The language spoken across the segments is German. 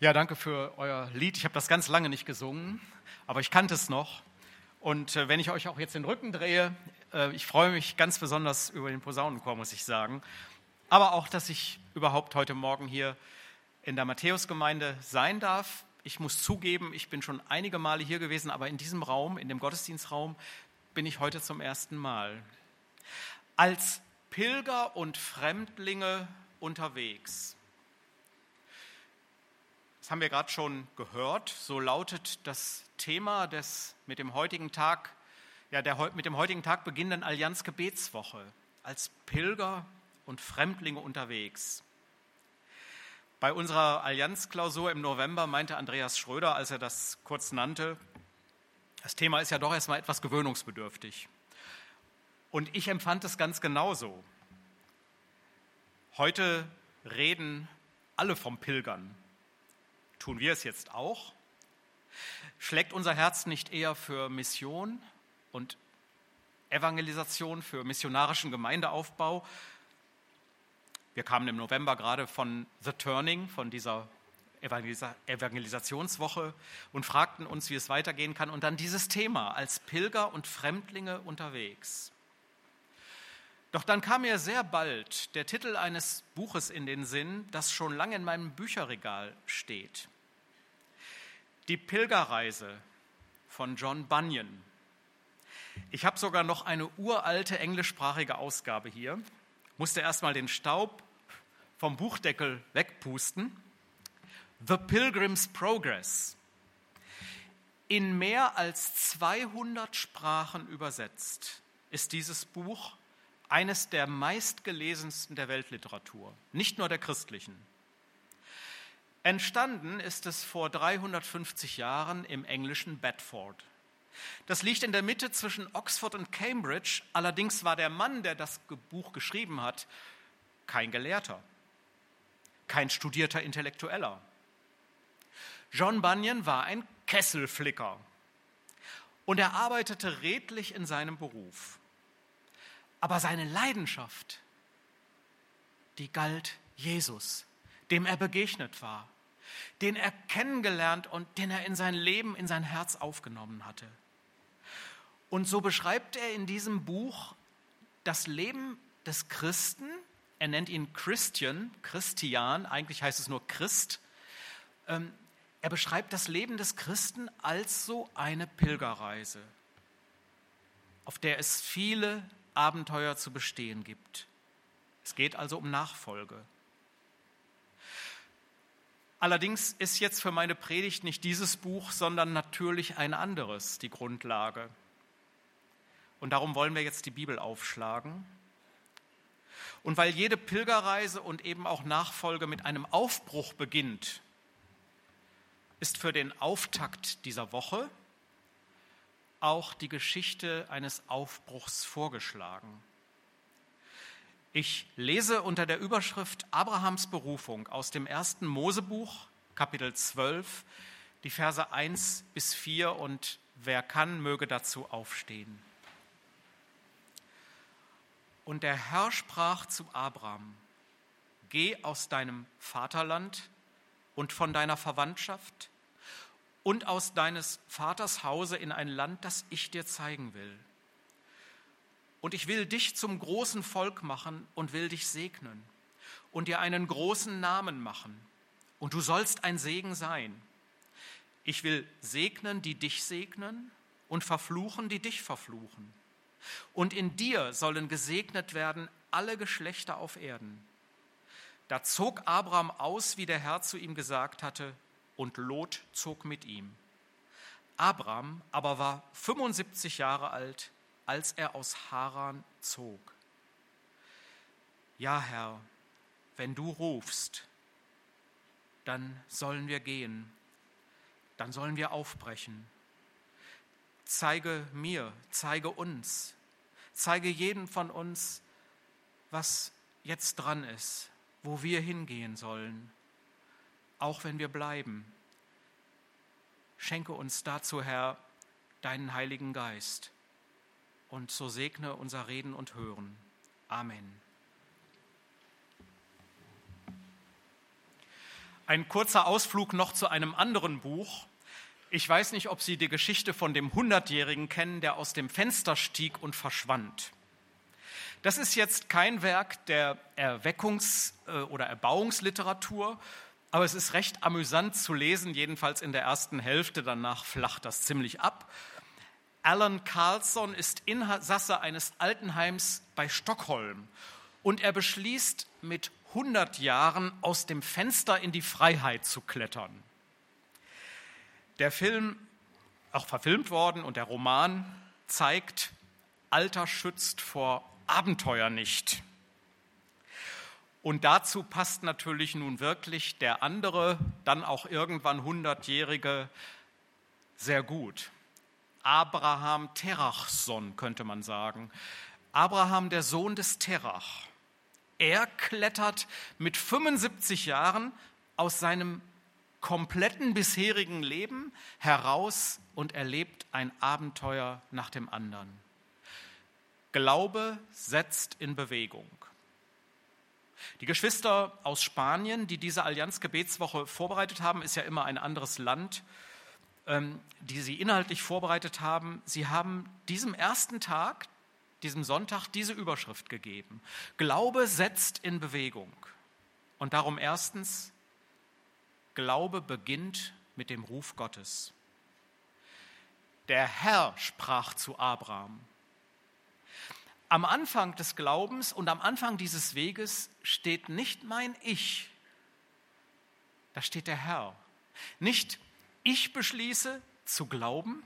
Ja, danke für euer Lied. Ich habe das ganz lange nicht gesungen, aber ich kannte es noch. Und wenn ich euch auch jetzt den Rücken drehe, ich freue mich ganz besonders über den Posaunenchor, muss ich sagen. Aber auch, dass ich überhaupt heute Morgen hier in der Matthäusgemeinde sein darf. Ich muss zugeben, ich bin schon einige Male hier gewesen, aber in diesem Raum, in dem Gottesdienstraum, bin ich heute zum ersten Mal. Als Pilger und Fremdlinge unterwegs. Das haben wir gerade schon gehört. So lautet das Thema mit dem heutigen Tag beginnenden Allianz-Gebetswoche. Als Pilger und Fremdlinge unterwegs. Bei unserer Allianz-Klausur im November meinte Andreas Schröder, als er das kurz nannte, das Thema ist ja doch erstmal etwas gewöhnungsbedürftig. Und ich empfand es ganz genauso. Heute reden alle vom Pilgern. Tun wir es jetzt auch? Schlägt unser Herz nicht eher für Mission und Evangelisation, für missionarischen Gemeindeaufbau? Wir kamen im November gerade von The Turning, von dieser Evangelisationswoche und fragten uns, wie es weitergehen kann. Und dann dieses Thema, als Pilger und Fremdlinge unterwegs. Doch dann kam mir sehr bald der Titel eines Buches in den Sinn, das schon lange in meinem Bücherregal steht. Die Pilgerreise von John Bunyan. Ich habe sogar noch eine uralte englischsprachige Ausgabe hier. Musste erstmal den Staub vom Buchdeckel wegpusten. The Pilgrim's Progress. In mehr als 200 Sprachen übersetzt ist dieses Buch eines der meistgelesensten der Weltliteratur, nicht nur der christlichen. Entstanden ist es vor 350 Jahren im englischen Bedford. Das liegt in der Mitte zwischen Oxford und Cambridge, allerdings war der Mann, der das Buch geschrieben hat, kein Gelehrter, kein studierter Intellektueller. John Bunyan war ein Kesselflicker und er arbeitete redlich in seinem Beruf. Aber seine Leidenschaft, die galt Jesus, dem er begegnet war, den er kennengelernt und den er in sein Leben, in sein Herz aufgenommen hatte. Und so beschreibt er in diesem Buch das Leben des Christen. Er nennt ihn Christian, eigentlich heißt es nur Christ. Er beschreibt das Leben des Christen als so eine Pilgerreise, auf der es viele Abenteuer zu bestehen gibt. Es geht also um Nachfolge. Allerdings ist jetzt für meine Predigt nicht dieses Buch, sondern natürlich ein anderes die Grundlage. Und darum wollen wir jetzt die Bibel aufschlagen. Und weil jede Pilgerreise und eben auch Nachfolge mit einem Aufbruch beginnt, ist für den Auftakt dieser Woche auch die Geschichte eines Aufbruchs vorgeschlagen. Ich lese unter der Überschrift Abrahams Berufung aus dem 1. Mosebuch, Kapitel 12, die Verse 1 bis 4 und wer kann, möge dazu aufstehen. Und der Herr sprach zu Abram: Geh aus deinem Vaterland und von deiner Verwandtschaft und aus deines Vaters Hause in ein Land, das ich dir zeigen will. Und ich will dich zum großen Volk machen und will dich segnen und dir einen großen Namen machen. Und du sollst ein Segen sein. Ich will segnen, die dich segnen, und verfluchen, die dich verfluchen. Und in dir sollen gesegnet werden alle Geschlechter auf Erden. Da zog Abram aus, wie der Herr zu ihm gesagt hatte, und Lot zog mit ihm. Abram aber war 75 Jahre alt, als er aus Haran zog. Ja, Herr, wenn du rufst, dann sollen wir gehen, dann sollen wir aufbrechen. Zeige mir, zeige uns, zeige jedem von uns, was jetzt dran ist, wo wir hingehen sollen, auch wenn wir bleiben. Schenke uns dazu, Herr, deinen Heiligen Geist. Und so segne unser Reden und Hören. Amen. Ein kurzer Ausflug noch zu einem anderen Buch. Ich weiß nicht, ob Sie die Geschichte von dem 100-Jährigen kennen, der aus dem Fenster stieg und verschwand. Das ist jetzt kein Werk der Erweckungs- oder Erbauungsliteratur, aber es ist recht amüsant zu lesen, jedenfalls in der ersten Hälfte, danach flacht das ziemlich ab. Alan Carlson ist Insasse eines Altenheims bei Stockholm und er beschließt, mit 100 Jahren aus dem Fenster in die Freiheit zu klettern. Der Film, auch verfilmt worden, und der Roman zeigt, Alter schützt vor Abenteuer nicht. Und dazu passt natürlich nun wirklich der andere, dann auch irgendwann 100-Jährige sehr gut. Abraham Terachson könnte man sagen. Abraham, der Sohn des Terach. Er klettert mit 75 Jahren aus seinem kompletten bisherigen Leben heraus und erlebt ein Abenteuer nach dem anderen. Glaube setzt in Bewegung. Die Geschwister aus Spanien, die diese Allianz-Gebetswoche vorbereitet haben, ist ja immer ein anderes Land, die sie inhaltlich vorbereitet haben. Sie haben diesem ersten Tag, diesem Sonntag, diese Überschrift gegeben. Glaube setzt in Bewegung. Und darum erstens, Glaube beginnt mit dem Ruf Gottes. Der Herr sprach zu Abraham. Am Anfang des Glaubens und am Anfang dieses Weges steht nicht mein Ich, da steht der Herr. Nicht ich beschließe zu glauben,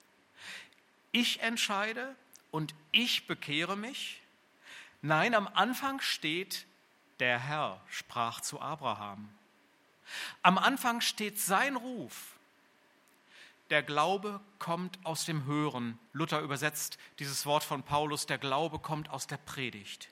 ich entscheide und ich bekehre mich. Nein, am Anfang steht, der Herr sprach zu Abraham. Am Anfang steht sein Ruf. Der Glaube kommt aus dem Hören. Luther übersetzt dieses Wort von Paulus, der Glaube kommt aus der Predigt.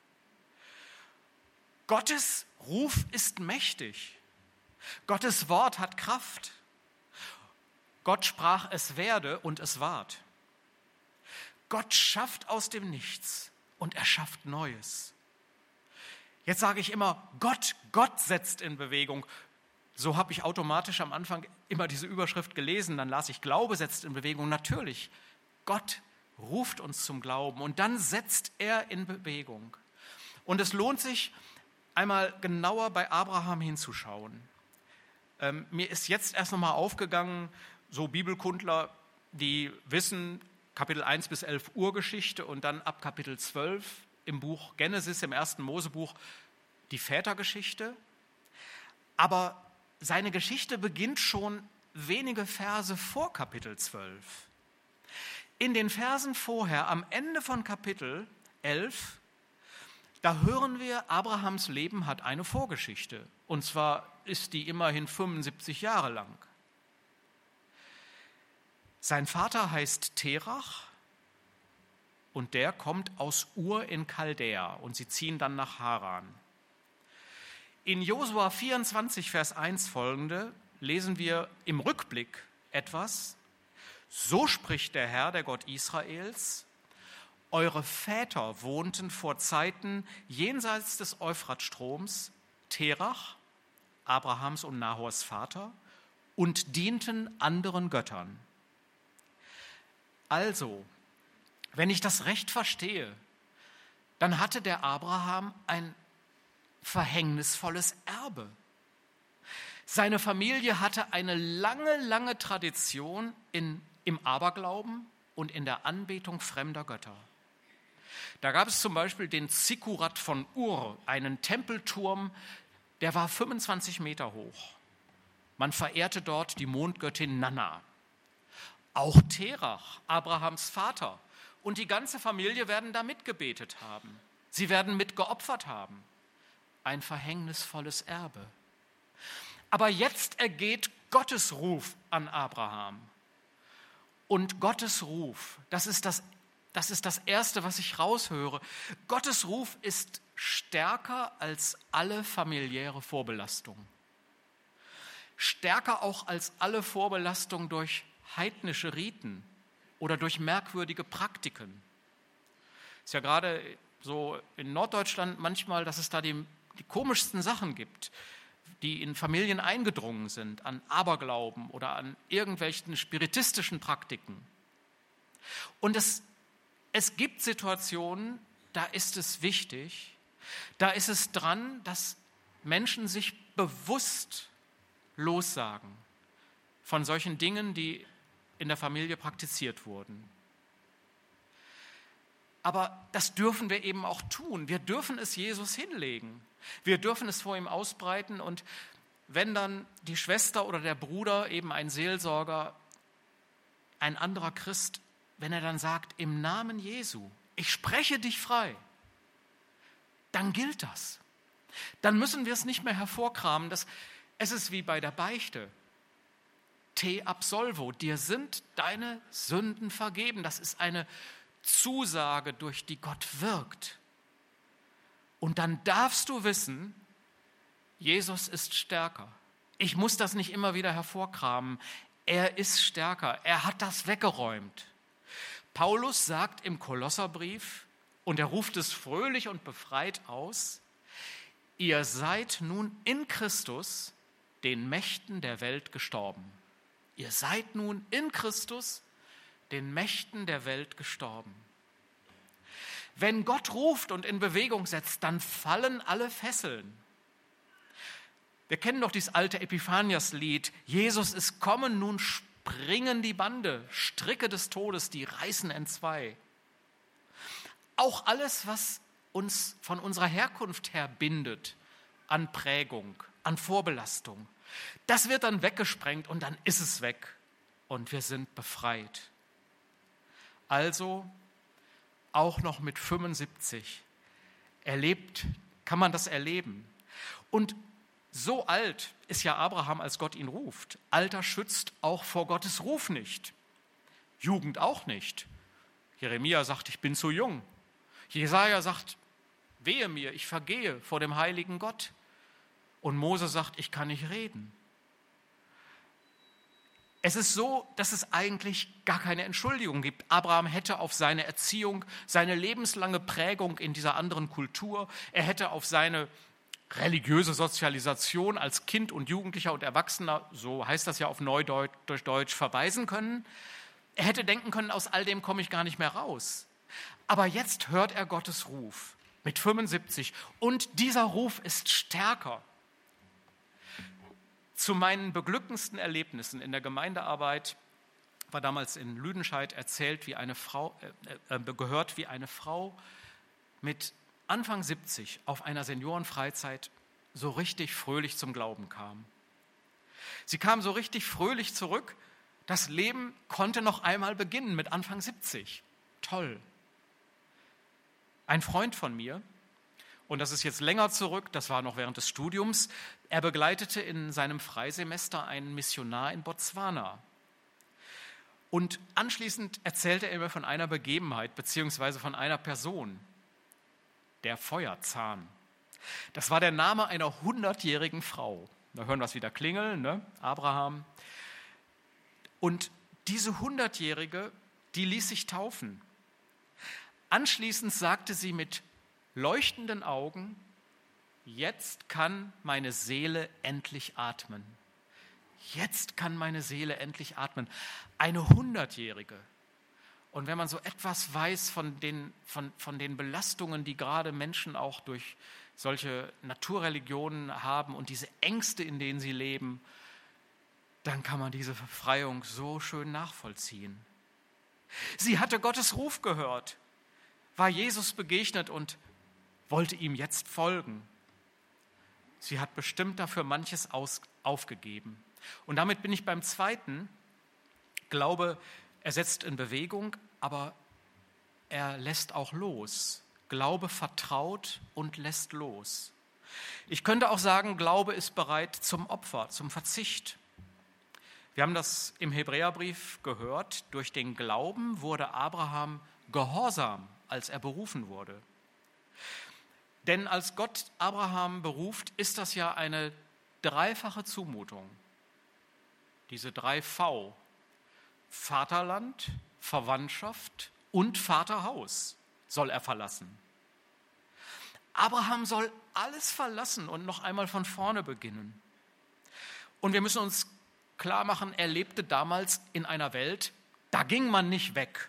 Gottes Ruf ist mächtig. Gottes Wort hat Kraft. Gott sprach, es werde, und es ward. Gott schafft aus dem Nichts und er schafft Neues. Jetzt sage ich immer, Gott setzt in Bewegung. So habe ich automatisch am Anfang immer diese Überschrift gelesen, dann las ich, Glaube setzt in Bewegung. Natürlich, Gott ruft uns zum Glauben und dann setzt er in Bewegung. Und es lohnt sich, einmal genauer bei Abraham hinzuschauen. Mir ist jetzt erst nochmal aufgegangen, so Bibelkundler, die wissen, Kapitel 1 bis 11 Urgeschichte und dann ab Kapitel 12 im Buch Genesis, im ersten Mosebuch, die Vätergeschichte. Aber seine Geschichte beginnt schon wenige Verse vor Kapitel 12. In den Versen vorher, am Ende von Kapitel 11, da hören wir, Abrahams Leben hat eine Vorgeschichte. Und zwar ist die immerhin 75 Jahre lang. Sein Vater heißt Terach und der kommt aus Ur in Chaldea und sie ziehen dann nach Haran. In Josua 24, Vers 1 folgende lesen wir im Rückblick etwas. So spricht der Herr, der Gott Israels, eure Väter wohnten vor Zeiten jenseits des Euphratstroms, Terach, Abrahams und Nahors Vater, und dienten anderen Göttern. Also, wenn ich das recht verstehe, dann hatte der Abraham ein verhängnisvolles Erbe. Seine Familie hatte eine lange, lange Tradition im Aberglauben und in der Anbetung fremder Götter. Da gab es zum Beispiel den Zikkurat von Ur, einen Tempelturm, der war 25 Meter hoch. Man verehrte dort die Mondgöttin Nanna. Auch Terach, Abrahams Vater, und die ganze Familie werden da mitgebetet haben. Sie werden mitgeopfert haben. Ein verhängnisvolles Erbe. Aber jetzt ergeht Gottes Ruf an Abraham. Und Gottes Ruf, das ist das Erste, was ich raushöre. Gottes Ruf ist stärker als alle familiäre Vorbelastung. Stärker auch als alle Vorbelastung durch heidnische Riten oder durch merkwürdige Praktiken. Es ist ja gerade so in Norddeutschland manchmal, dass es da die komischsten Sachen gibt. die in Familien eingedrungen sind, an Aberglauben oder an irgendwelchen spiritistischen Praktiken. Und es gibt Situationen, da ist es wichtig, da ist es dran, dass Menschen sich bewusst lossagen von solchen Dingen, die in der Familie praktiziert wurden. Aber das dürfen wir eben auch tun. Wir dürfen es Jesus hinlegen. Wir dürfen es vor ihm ausbreiten. Und wenn dann die Schwester oder der Bruder, eben ein Seelsorger, ein anderer Christ, wenn er dann sagt, im Namen Jesu, ich spreche dich frei, dann gilt das. Dann müssen wir es nicht mehr hervorkramen. Es ist wie bei der Beichte. Te absolvo, dir sind deine Sünden vergeben. Das ist eine Zusage, durch die Gott wirkt. Und dann darfst du wissen, Jesus ist stärker. Ich muss das nicht immer wieder hervorkramen. Er ist stärker. Er hat das weggeräumt. Paulus sagt im Kolosserbrief, und er ruft es fröhlich und befreit aus, ihr seid nun in Christus den Mächten der Welt gestorben. Ihr seid nun in Christus den Mächten der Welt gestorben. Wenn Gott ruft und in Bewegung setzt, dann fallen alle Fesseln. Wir kennen doch dieses alte Epiphanias-Lied, Jesus ist kommen, nun springen die Bande, Stricke des Todes, die reißen entzwei. Auch alles, was uns von unserer Herkunft her bindet, an Prägung, an Vorbelastung, das wird dann weggesprengt und dann ist es weg und wir sind befreit. Also auch noch mit 75 kann man das erleben. Und so alt ist ja Abraham, als Gott ihn ruft. Alter schützt auch vor Gottes Ruf nicht. Jugend auch nicht. Jeremia sagt, ich bin zu jung. Jesaja sagt, wehe mir, ich vergehe vor dem heiligen Gott. Und Mose sagt, ich kann nicht reden. Es ist so, dass es eigentlich gar keine Entschuldigung gibt. Abraham hätte auf seine Erziehung, seine lebenslange Prägung in dieser anderen Kultur, er hätte auf seine religiöse Sozialisation als Kind und Jugendlicher und Erwachsener, so heißt das ja auf Neudeutsch, verweisen können. Er hätte denken können, aus all dem komme ich gar nicht mehr raus. Aber jetzt hört er Gottes Ruf mit 75 und dieser Ruf ist stärker. Zu meinen beglückendsten Erlebnissen in der Gemeindearbeit war damals in Lüdenscheid gehört, wie eine Frau mit Anfang 70 auf einer Seniorenfreizeit so richtig fröhlich zum Glauben kam. Sie kam so richtig fröhlich zurück. Das Leben konnte noch einmal beginnen mit Anfang 70. Toll. Ein Freund von mir, und das ist jetzt länger zurück, das war noch während des Studiums, er begleitete in seinem Freisemester einen Missionar in Botswana. Und anschließend erzählte er mir von einer Begebenheit beziehungsweise von einer Person, der Feuerzahn. Das war der Name einer 100-jährigen Frau. Da hören wir es wieder klingeln, ne? Abraham. Und diese 100-jährige, die ließ sich taufen. Anschließend sagte sie mit leuchtenden Augen, jetzt kann meine Seele endlich atmen. Jetzt kann meine Seele endlich atmen. Eine 100-jährige. Und wenn man so etwas weiß von den Belastungen, die gerade Menschen auch durch solche Naturreligionen haben und diese Ängste, in denen sie leben, dann kann man diese Befreiung so schön nachvollziehen. Sie hatte Gottes Ruf gehört, war Jesus begegnet und wollte ihm jetzt folgen. Sie hat bestimmt dafür manches aufgegeben. Und damit bin ich beim zweiten. Glaube, er setzt in Bewegung, aber er lässt auch los. Glaube vertraut und lässt los. Ich könnte auch sagen, Glaube ist bereit zum Opfer, zum Verzicht. Wir haben das im Hebräerbrief gehört. Durch den Glauben wurde Abraham gehorsam, als er berufen wurde. Denn als Gott Abraham beruft, ist das ja eine dreifache Zumutung. Diese 3 V. Vaterland, Verwandtschaft und Vaterhaus soll er verlassen. Abraham soll alles verlassen und noch einmal von vorne beginnen. Und wir müssen uns klar machen, er lebte damals in einer Welt, da ging man nicht weg.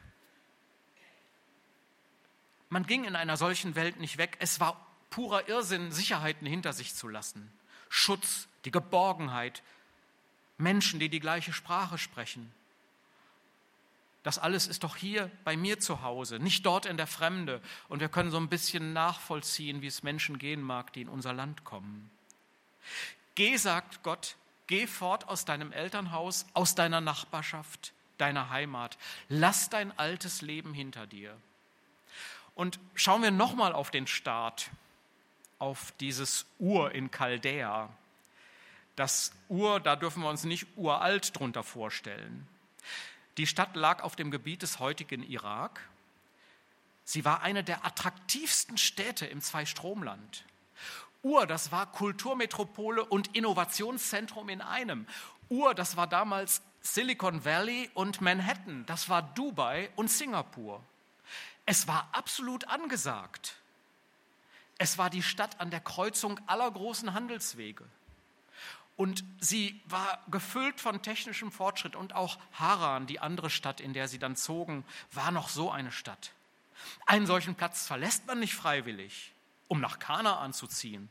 Man ging in einer solchen Welt nicht weg. Es war purer Irrsinn, Sicherheiten hinter sich zu lassen. Schutz, die Geborgenheit, Menschen, die die gleiche Sprache sprechen. Das alles ist doch hier bei mir zu Hause, nicht dort in der Fremde. Und wir können so ein bisschen nachvollziehen, wie es Menschen gehen mag, die in unser Land kommen. Geh, sagt Gott, geh fort aus deinem Elternhaus, aus deiner Nachbarschaft, deiner Heimat. Lass dein altes Leben hinter dir. Und schauen wir nochmal auf den Start, auf dieses Ur in Chaldea. Das Ur, da dürfen wir uns nicht uralt drunter vorstellen. Die Stadt lag auf dem Gebiet des heutigen Irak. Sie war eine der attraktivsten Städte im Zweistromland. Ur, das war Kulturmetropole und Innovationszentrum in einem. Ur, das war damals Silicon Valley und Manhattan. Das war Dubai und Singapur. Es war absolut angesagt. Es war die Stadt an der Kreuzung aller großen Handelswege. Und sie war gefüllt von technischem Fortschritt. Und auch Haran, die andere Stadt, in der sie dann zogen, war noch so eine Stadt. Einen solchen Platz verlässt man nicht freiwillig, um nach Kanaan zu ziehen.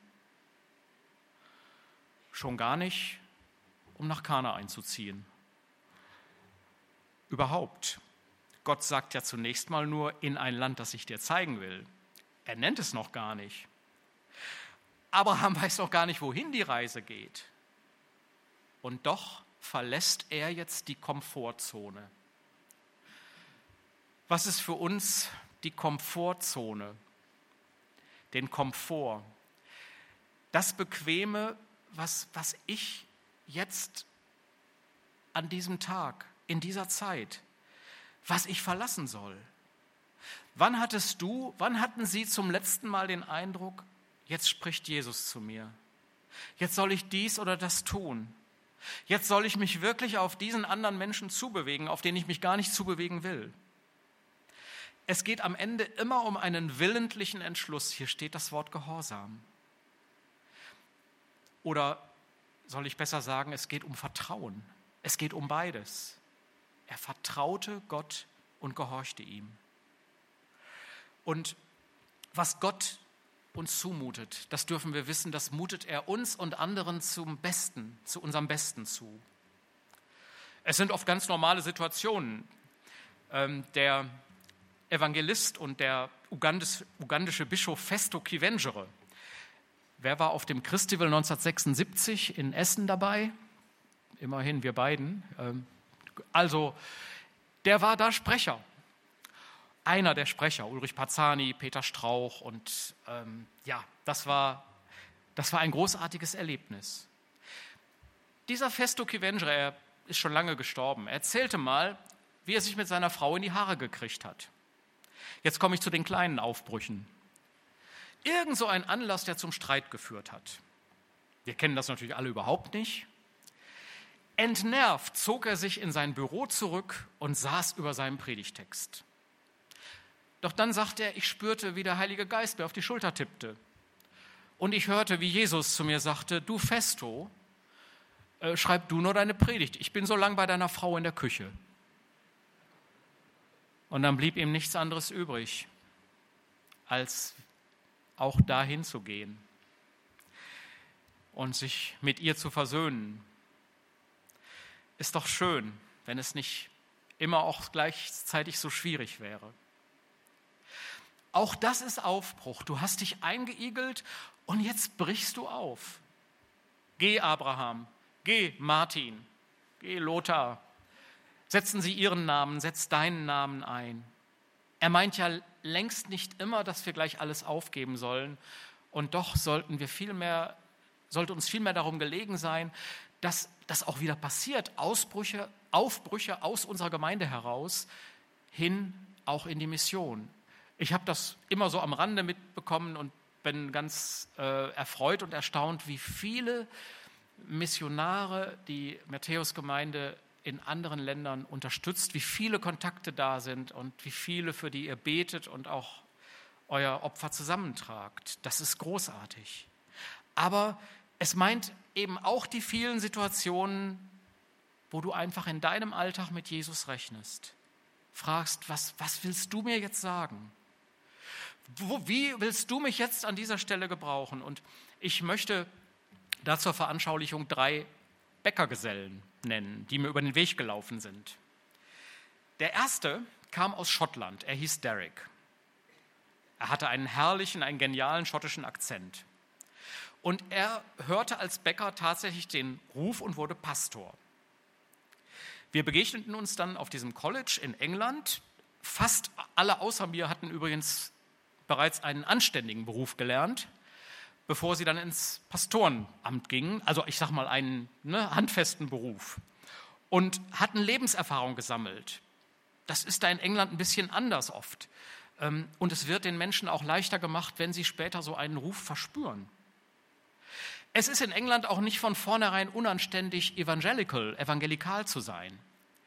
Schon gar nicht, um nach Kanaan zu ziehen. Überhaupt. Gott sagt ja zunächst mal nur, in ein Land, das ich dir zeigen will. Er nennt es noch gar nicht. Abraham weiß noch gar nicht, wohin die Reise geht. Und doch verlässt er jetzt die Komfortzone. Was ist für uns die Komfortzone? Den Komfort. Das Bequeme, was ich jetzt an diesem Tag, in dieser Zeit, was ich verlassen soll. Wann hatten Sie zum letzten Mal den Eindruck, jetzt spricht Jesus zu mir. Jetzt soll ich dies oder das tun. Jetzt soll ich mich wirklich auf diesen anderen Menschen zubewegen, auf den ich mich gar nicht zubewegen will. Es geht am Ende immer um einen willentlichen Entschluss. Hier steht das Wort Gehorsam. Oder soll ich besser sagen, es geht um Vertrauen. Es geht um beides. Er vertraute Gott und gehorchte ihm. Und was Gott uns zumutet, das dürfen wir wissen, das mutet er uns und anderen zum Besten, zu unserem Besten zu. Es sind oft ganz normale Situationen. Der Evangelist und der ugandische Bischof Festo Kivengere, wer war auf dem Christival 1976 in Essen dabei? Immerhin, wir beiden. Also, der war da Sprecher. Einer der Sprecher, Ulrich Parzani, Peter Strauch. Und das war ein großartiges Erlebnis. Dieser Festo Kivengere, er ist schon lange gestorben, erzählte mal, wie er sich mit seiner Frau in die Haare gekriegt hat. Jetzt komme ich zu den kleinen Aufbrüchen. Irgend so ein Anlass, der zum Streit geführt hat. Wir kennen das natürlich alle überhaupt nicht. Entnervt zog er sich in sein Büro zurück und saß über seinem Predigtext. Doch dann sagte er, ich spürte, wie der Heilige Geist mir auf die Schulter tippte. Und ich hörte, wie Jesus zu mir sagte, du Festo, schreib du nur deine Predigt. Ich bin so lang bei deiner Frau in der Küche. Und dann blieb ihm nichts anderes übrig, als auch dahin zu gehen und sich mit ihr zu versöhnen. Ist doch schön, wenn es nicht immer auch gleichzeitig so schwierig wäre. Auch das ist Aufbruch. Du hast dich eingeigelt und jetzt brichst du auf. Geh, Abraham, geh, Martin, geh, Lothar. Setzen Sie Ihren Namen, setz deinen Namen ein. Er meint ja längst nicht immer, dass wir gleich alles aufgeben sollen. Und doch sollte uns viel mehr darum gelegen sein, dass das auch wieder passiert. Aufbrüche aus unserer Gemeinde heraus hin auch in die Mission. Ich habe das immer so am Rande mitbekommen und bin ganz erfreut und erstaunt, wie viele Missionare die Matthäusgemeinde in anderen Ländern unterstützt, wie viele Kontakte da sind und wie viele, für die ihr betet und auch euer Opfer zusammentragt. Das ist großartig. Aber es meint eben auch die vielen Situationen, wo du einfach in deinem Alltag mit Jesus rechnest. Fragst, was willst du mir jetzt sagen? Wie willst du mich jetzt an dieser Stelle gebrauchen? Und ich möchte da zur Veranschaulichung 3 Bäckergesellen nennen, die mir über den Weg gelaufen sind. Der erste kam aus Schottland, er hieß Derek. Er hatte einen herrlichen, einen genialen schottischen Akzent. Und er hörte als Bäcker tatsächlich den Ruf und wurde Pastor. Wir begegneten uns dann auf diesem College in England. Fast alle außer mir hatten übrigens bereits einen anständigen Beruf gelernt, bevor sie dann ins Pastorenamt gingen. Also ich sage mal einen handfesten Beruf. Und hatten Lebenserfahrung gesammelt. Das ist da in England ein bisschen anders oft. Und es wird den Menschen auch leichter gemacht, wenn sie später so einen Ruf verspüren. Es ist in England auch nicht von vornherein unanständig, evangelikal zu sein.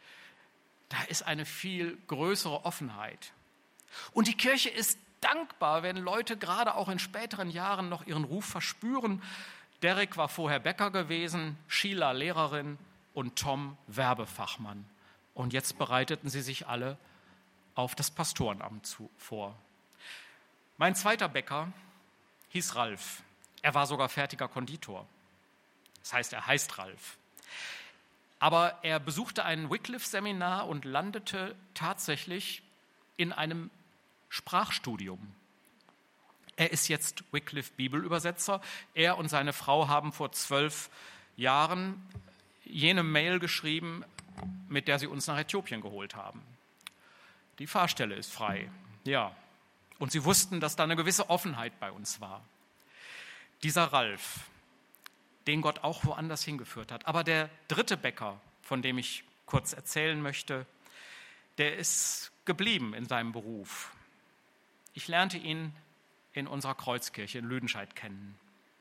Da ist eine viel größere Offenheit. Und die Kirche ist dankbar, wenn Leute gerade auch in späteren Jahren noch ihren Ruf verspüren. Derek war vorher Bäcker gewesen, Sheila Lehrerin und Tom Werbefachmann. Und jetzt bereiteten sie sich alle auf das Pastorenamt vor. Mein zweiter Bäcker hieß Ralf. Er war sogar fertiger Konditor. Das heißt, er heißt Ralf. Aber er besuchte ein Wycliffe-Seminar und landete tatsächlich in einem Sprachstudium. Er ist jetzt Wycliffe-Bibelübersetzer. Er und seine Frau haben vor 12 Jahren jene Mail geschrieben, mit der sie uns nach Äthiopien geholt haben. Die Fahrstelle ist frei, ja. Und sie wussten, dass da eine gewisse Offenheit bei uns war. Dieser Ralf, den Gott auch woanders hingeführt hat. Aber der dritte Bäcker, von dem ich kurz erzählen möchte, der ist geblieben in seinem Beruf. Ich lernte ihn in unserer Kreuzkirche in Lüdenscheid kennen.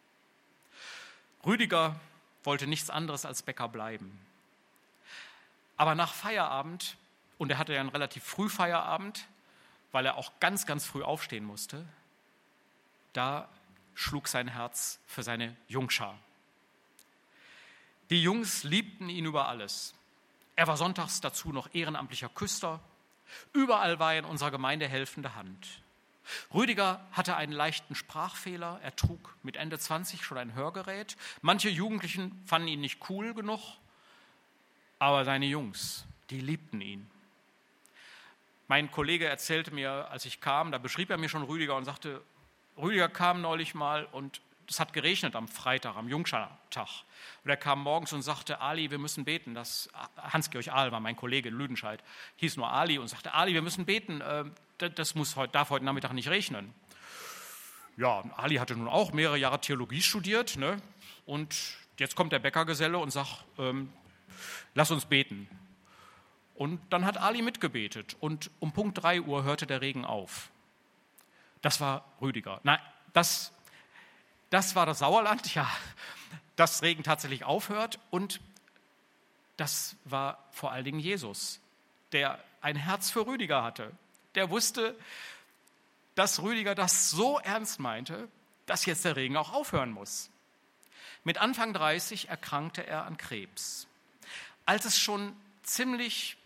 Rüdiger wollte nichts anderes als Bäcker bleiben. Aber nach Feierabend, und er hatte ja einen relativ früh Feierabend, weil er auch ganz, ganz früh aufstehen musste, da schlug sein Herz für seine Jungschar. Die Jungs liebten ihn über alles. Er war sonntags dazu noch ehrenamtlicher Küster. Überall war er in unserer Gemeinde helfende Hand. Rüdiger hatte einen leichten Sprachfehler. Er trug mit Ende 20 schon ein Hörgerät. Manche Jugendlichen fanden ihn nicht cool genug, aber seine Jungs, die liebten ihn. Mein Kollege erzählte mir, als ich kam, da beschrieb er mir schon Rüdiger und sagte, Rüdiger kam neulich mal und es hat geregnet am Freitag, am Jungschartag. Und er kam morgens und sagte, Ali, wir müssen beten. Hans-Georg Ahl war mein Kollege in Lüdenscheid, hieß nur Ali und sagte, Ali, wir müssen beten, darf heute Nachmittag nicht regnen. Ja, Ali hatte nun auch mehrere Jahre Theologie studiert, ne? Und jetzt kommt der Bäckergeselle und sagt, lass uns beten. Und dann hat Ali mitgebetet und um Punkt 3 Uhr hörte der Regen auf. Das war Rüdiger. Nein, das war das Sauerland, ja, dass Regen tatsächlich aufhört. Und das war vor allen Dingen Jesus, der ein Herz für Rüdiger hatte. Der wusste, dass Rüdiger das so ernst meinte, dass jetzt der Regen auch aufhören muss. Mit Anfang 30 erkrankte er an Krebs. Als es schon ziemlich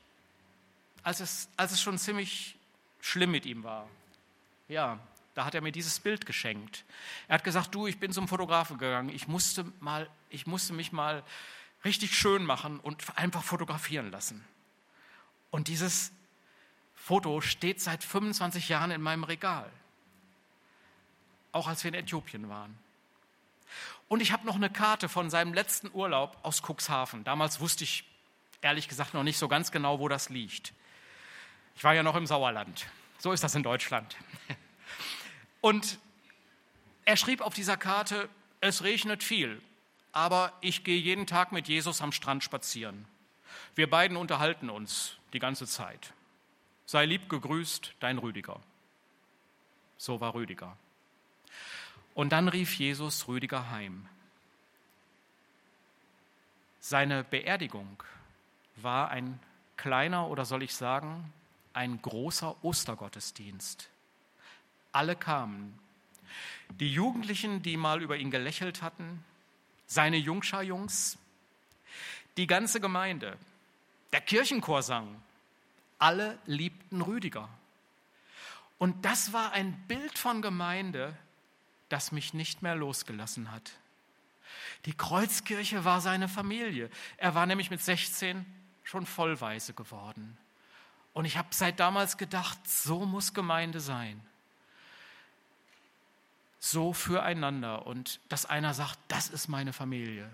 schlimm mit ihm war, ja, da hat er mir dieses Bild geschenkt. Er hat gesagt, du, ich bin zum Fotografen gegangen, ich musste mich mal richtig schön machen und einfach fotografieren lassen. Und dieses Foto steht seit 25 Jahren in meinem Regal. Auch als wir in Äthiopien waren. Und ich habe noch eine Karte von seinem letzten Urlaub aus Cuxhaven. Damals wusste ich ehrlich gesagt noch nicht so ganz genau, wo das liegt. Ich war ja noch im Sauerland. So ist das in Deutschland. Und er schrieb auf dieser Karte, es regnet viel, aber ich gehe jeden Tag mit Jesus am Strand spazieren. Wir beiden unterhalten uns die ganze Zeit. Sei lieb gegrüßt, dein Rüdiger. So war Rüdiger. Und dann rief Jesus Rüdiger heim. Seine Beerdigung war ein kleiner oder soll ich sagen, ein großer Ostergottesdienst. Alle kamen. Die Jugendlichen, die mal über ihn gelächelt hatten, seine Jungschar-Jungs, die ganze Gemeinde, der Kirchenchor sang. Alle liebten Rüdiger. Und das war ein Bild von Gemeinde, das mich nicht mehr losgelassen hat. Die Kreuzkirche war seine Familie. Er war nämlich mit 16 schon Vollwaise geworden. Und ich habe seit damals gedacht, so muss Gemeinde sein. So füreinander und dass einer sagt, das ist meine Familie.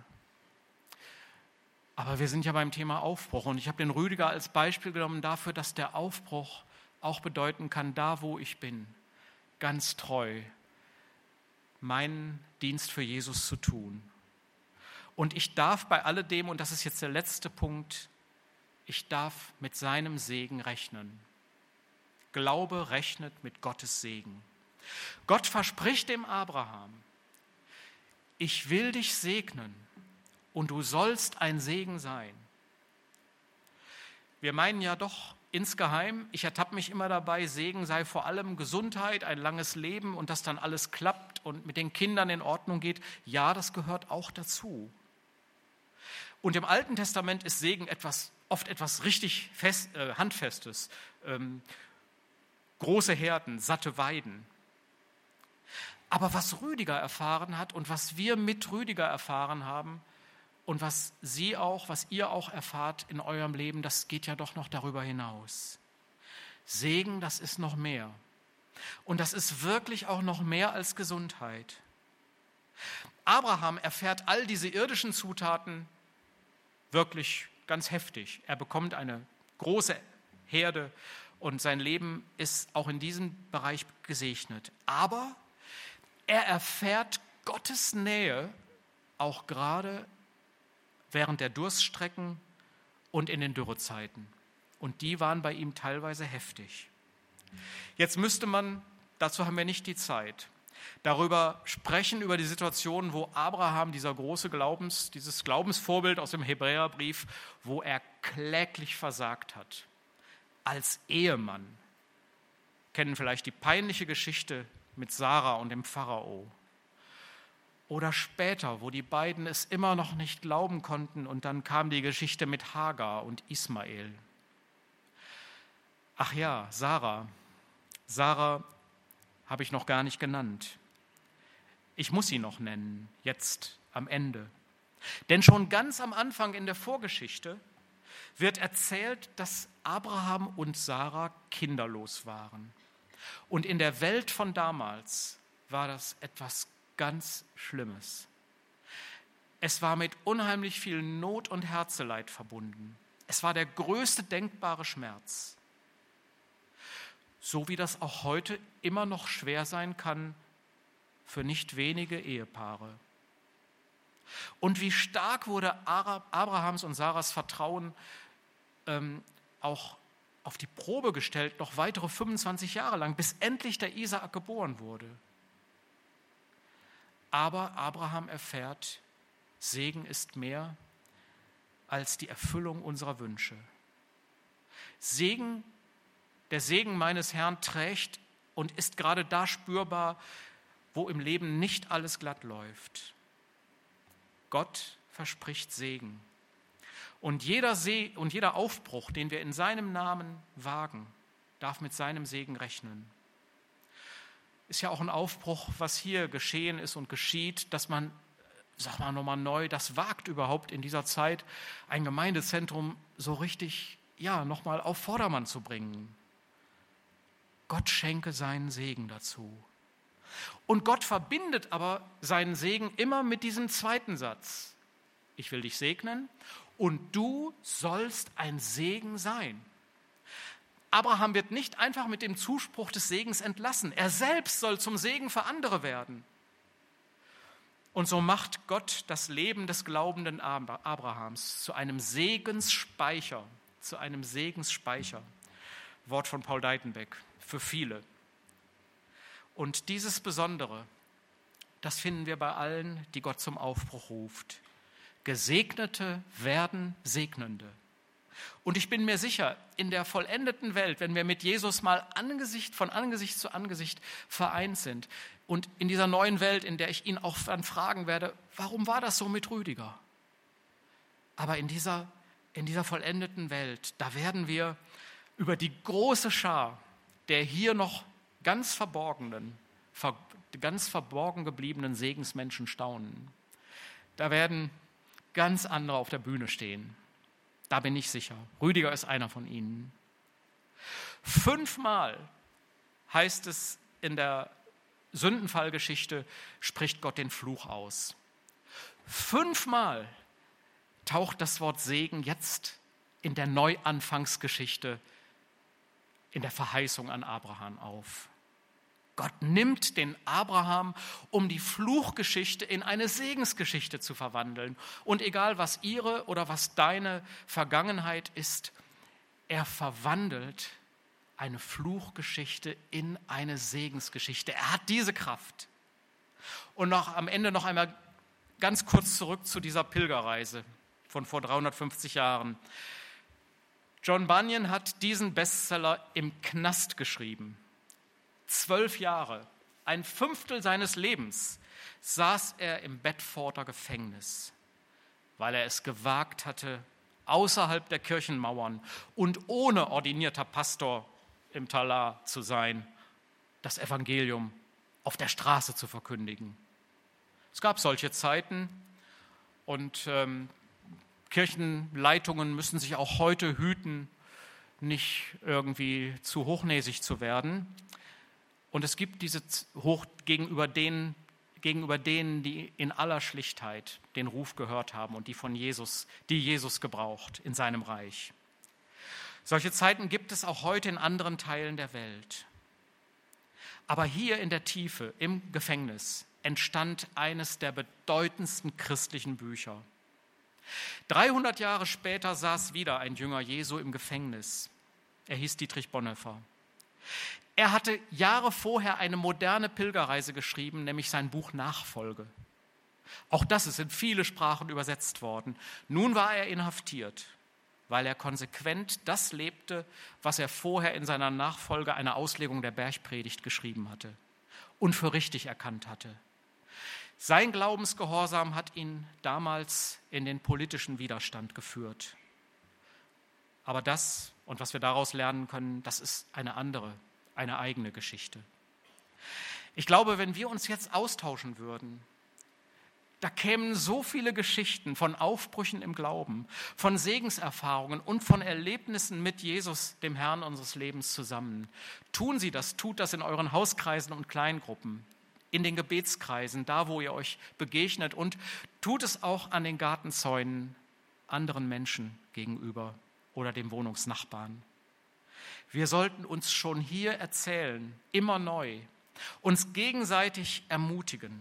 Aber wir sind ja beim Thema Aufbruch und ich habe den Rüdiger als Beispiel genommen dafür, dass der Aufbruch auch bedeuten kann, da wo ich bin, ganz treu meinen Dienst für Jesus zu tun. Und ich darf bei alledem, und das ist jetzt der letzte Punkt, ich darf mit seinem Segen rechnen. Glaube rechnet mit Gottes Segen. Gott verspricht dem Abraham, ich will dich segnen und du sollst ein Segen sein. Wir meinen ja doch insgeheim, ich ertappe mich immer dabei, Segen sei vor allem Gesundheit, ein langes Leben und dass dann alles klappt und mit den Kindern in Ordnung geht. Ja, das gehört auch dazu. Und im Alten Testament ist Segen oft etwas richtig Handfestes. Große Herden, satte Weiden. Aber was Rüdiger erfahren hat und was wir mit Rüdiger erfahren haben und was ihr auch erfahrt in eurem Leben, das geht ja doch noch darüber hinaus. Segen, das ist noch mehr. Und das ist wirklich auch noch mehr als Gesundheit. Abraham erfährt all diese irdischen Zutaten wirklich ganz heftig. Er bekommt eine große Herde und sein Leben ist auch in diesem Bereich gesegnet. Aber er erfährt Gottes Nähe auch gerade während der Durststrecken und in den Dürrezeiten. Und die waren bei ihm teilweise heftig. Jetzt müsste man, dazu haben wir nicht die Zeit, darüber sprechen, über die Situation, wo Abraham, dieses Glaubensvorbild aus dem Hebräerbrief, wo er kläglich versagt hat. Als Ehemann. Kennen vielleicht die peinliche Geschichte mit Sarah und dem Pharao. Oder später, wo die beiden es immer noch nicht glauben konnten und dann kam die Geschichte mit Hagar und Ismael. Ach ja, Sarah. Sarah habe ich noch gar nicht genannt. Ich muss sie noch nennen, jetzt am Ende. Denn schon ganz am Anfang in der Vorgeschichte wird erzählt, dass Abraham und Sarah kinderlos waren. Und in der Welt von damals war das etwas ganz Schlimmes. Es war mit unheimlich viel Not und Herzeleid verbunden. Es war der größte denkbare Schmerz. So wie das auch heute immer noch schwer sein kann für nicht wenige Ehepaare. Und wie stark wurde Abrahams und Sarahs Vertrauen auch auf die Probe gestellt, noch weitere 25 Jahre lang, bis endlich der Isaak geboren wurde. Aber Abraham erfährt, Segen ist mehr als die Erfüllung unserer Wünsche. Der Segen meines Herrn trägt und ist gerade da spürbar, wo im Leben nicht alles glatt läuft. Gott verspricht Segen. Und jeder Aufbruch, den wir in seinem Namen wagen, darf mit seinem Segen rechnen. Ist ja auch ein Aufbruch, was hier geschehen ist und geschieht, dass man, nochmal neu, das wagt überhaupt in dieser Zeit, ein Gemeindezentrum so richtig, nochmal auf Vordermann zu bringen. Gott schenke seinen Segen dazu. Und Gott verbindet aber seinen Segen immer mit diesem zweiten Satz. Ich will dich segnen und du sollst ein Segen sein. Abraham wird nicht einfach mit dem Zuspruch des Segens entlassen. Er selbst soll zum Segen für andere werden. Und so macht Gott das Leben des glaubenden Abrahams zu einem Segensspeicher. Wort von Paul Deitenbeck, für viele. Und dieses Besondere, das finden wir bei allen, die Gott zum Aufbruch ruft. Gesegnete werden Segnende. Und ich bin mir sicher, in der vollendeten Welt, wenn wir mit Jesus mal von Angesicht zu Angesicht vereint sind und in dieser neuen Welt, in der ich ihn auch dann fragen werde, warum war das so mit Rüdiger? Aber in dieser vollendeten Welt, da werden wir über die große Schar der hier noch ganz verborgen gebliebenen Segensmenschen staunen. Da werden ganz andere auf der Bühne stehen. Da bin ich sicher. Rüdiger ist einer von ihnen. 5-mal heißt es in der Sündenfallgeschichte, spricht Gott den Fluch aus. 5-mal taucht das Wort Segen jetzt in der Neuanfangsgeschichte, in der Verheißung an Abraham auf. Gott nimmt den Abraham, um die Fluchgeschichte in eine Segensgeschichte zu verwandeln. Und egal, was ihre oder was deine Vergangenheit ist, er verwandelt eine Fluchgeschichte in eine Segensgeschichte. Er hat diese Kraft. Und am Ende noch einmal ganz kurz zurück zu dieser Pilgerreise von vor 350 Jahren. John Bunyan hat diesen Bestseller im Knast geschrieben. 12 Jahre, 1/5 seines Lebens, saß er im Bedforder Gefängnis, weil er es gewagt hatte, außerhalb der Kirchenmauern und ohne ordinierter Pastor im Talar zu sein, das Evangelium auf der Straße zu verkündigen. Es gab solche Zeiten und Kirchenleitungen müssen sich auch heute hüten, nicht irgendwie zu hochnäsig zu werden. Und es gibt diese gegenüber denen, die in aller Schlichtheit den Ruf gehört haben und die Jesus gebraucht in seinem Reich. Solche Zeiten gibt es auch heute in anderen Teilen der Welt. Aber hier in der Tiefe, im Gefängnis, entstand eines der bedeutendsten christlichen Bücher. 300 Jahre später saß wieder ein Jünger Jesu im Gefängnis. Er hieß Dietrich Bonhoeffer. Er hatte Jahre vorher eine moderne Pilgerreise geschrieben, nämlich sein Buch Nachfolge. Auch das ist in viele Sprachen übersetzt worden. Nun war er inhaftiert, weil er konsequent das lebte, was er vorher in seiner Nachfolge, einer Auslegung der Bergpredigt, geschrieben hatte und für richtig erkannt hatte. Sein Glaubensgehorsam hat ihn damals in den politischen Widerstand geführt. Aber das, und was wir daraus lernen können, das ist eine eigene Geschichte. Ich glaube, wenn wir uns jetzt austauschen würden, da kämen so viele Geschichten von Aufbrüchen im Glauben, von Segenserfahrungen und von Erlebnissen mit Jesus, dem Herrn unseres Lebens, zusammen. Tun Sie das, tut das in euren Hauskreisen und Kleingruppen, in den Gebetskreisen, da wo ihr euch begegnet, und tut es auch an den Gartenzäunen anderen Menschen gegenüber oder dem Wohnungsnachbarn. Wir sollten uns schon hier erzählen, immer neu, uns gegenseitig ermutigen,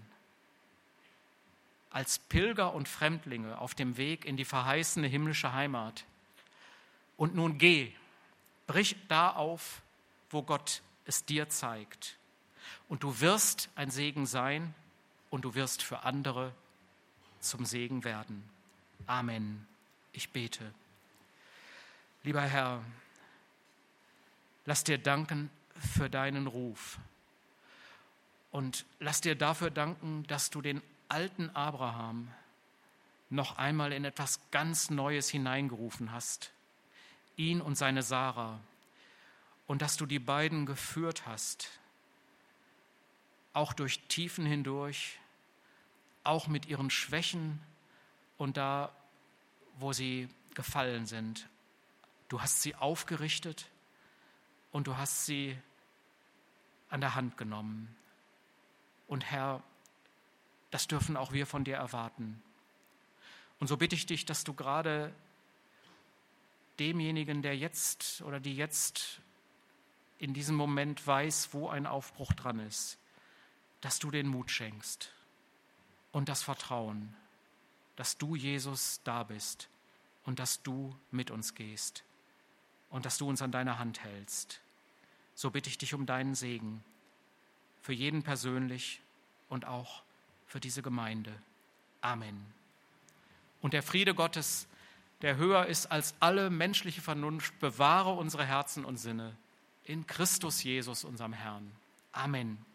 als Pilger und Fremdlinge auf dem Weg in die verheißene himmlische Heimat. Und nun geh, brich da auf, wo Gott es dir zeigt. Und du wirst ein Segen sein und du wirst für andere zum Segen werden. Amen. Ich bete. Lieber Herr, lass dir danken für deinen Ruf und lass dir dafür danken, dass du den alten Abraham noch einmal in etwas ganz Neues hineingerufen hast, ihn und seine Sarah, und dass du die beiden geführt hast, auch durch Tiefen hindurch, auch mit ihren Schwächen und da, wo sie gefallen sind. Du hast sie aufgerichtet und du hast sie an der Hand genommen. Und Herr, das dürfen auch wir von dir erwarten. Und so bitte ich dich, dass du gerade demjenigen, der jetzt oder die jetzt in diesem Moment weiß, wo ein Aufbruch dran ist, dass du den Mut schenkst und das Vertrauen, dass du, Jesus, da bist und dass du mit uns gehst und dass du uns an deiner Hand hältst. So bitte ich dich um deinen Segen für jeden persönlich und auch für diese Gemeinde. Amen. Und der Friede Gottes, der höher ist als alle menschliche Vernunft, bewahre unsere Herzen und Sinne in Christus Jesus, unserem Herrn. Amen.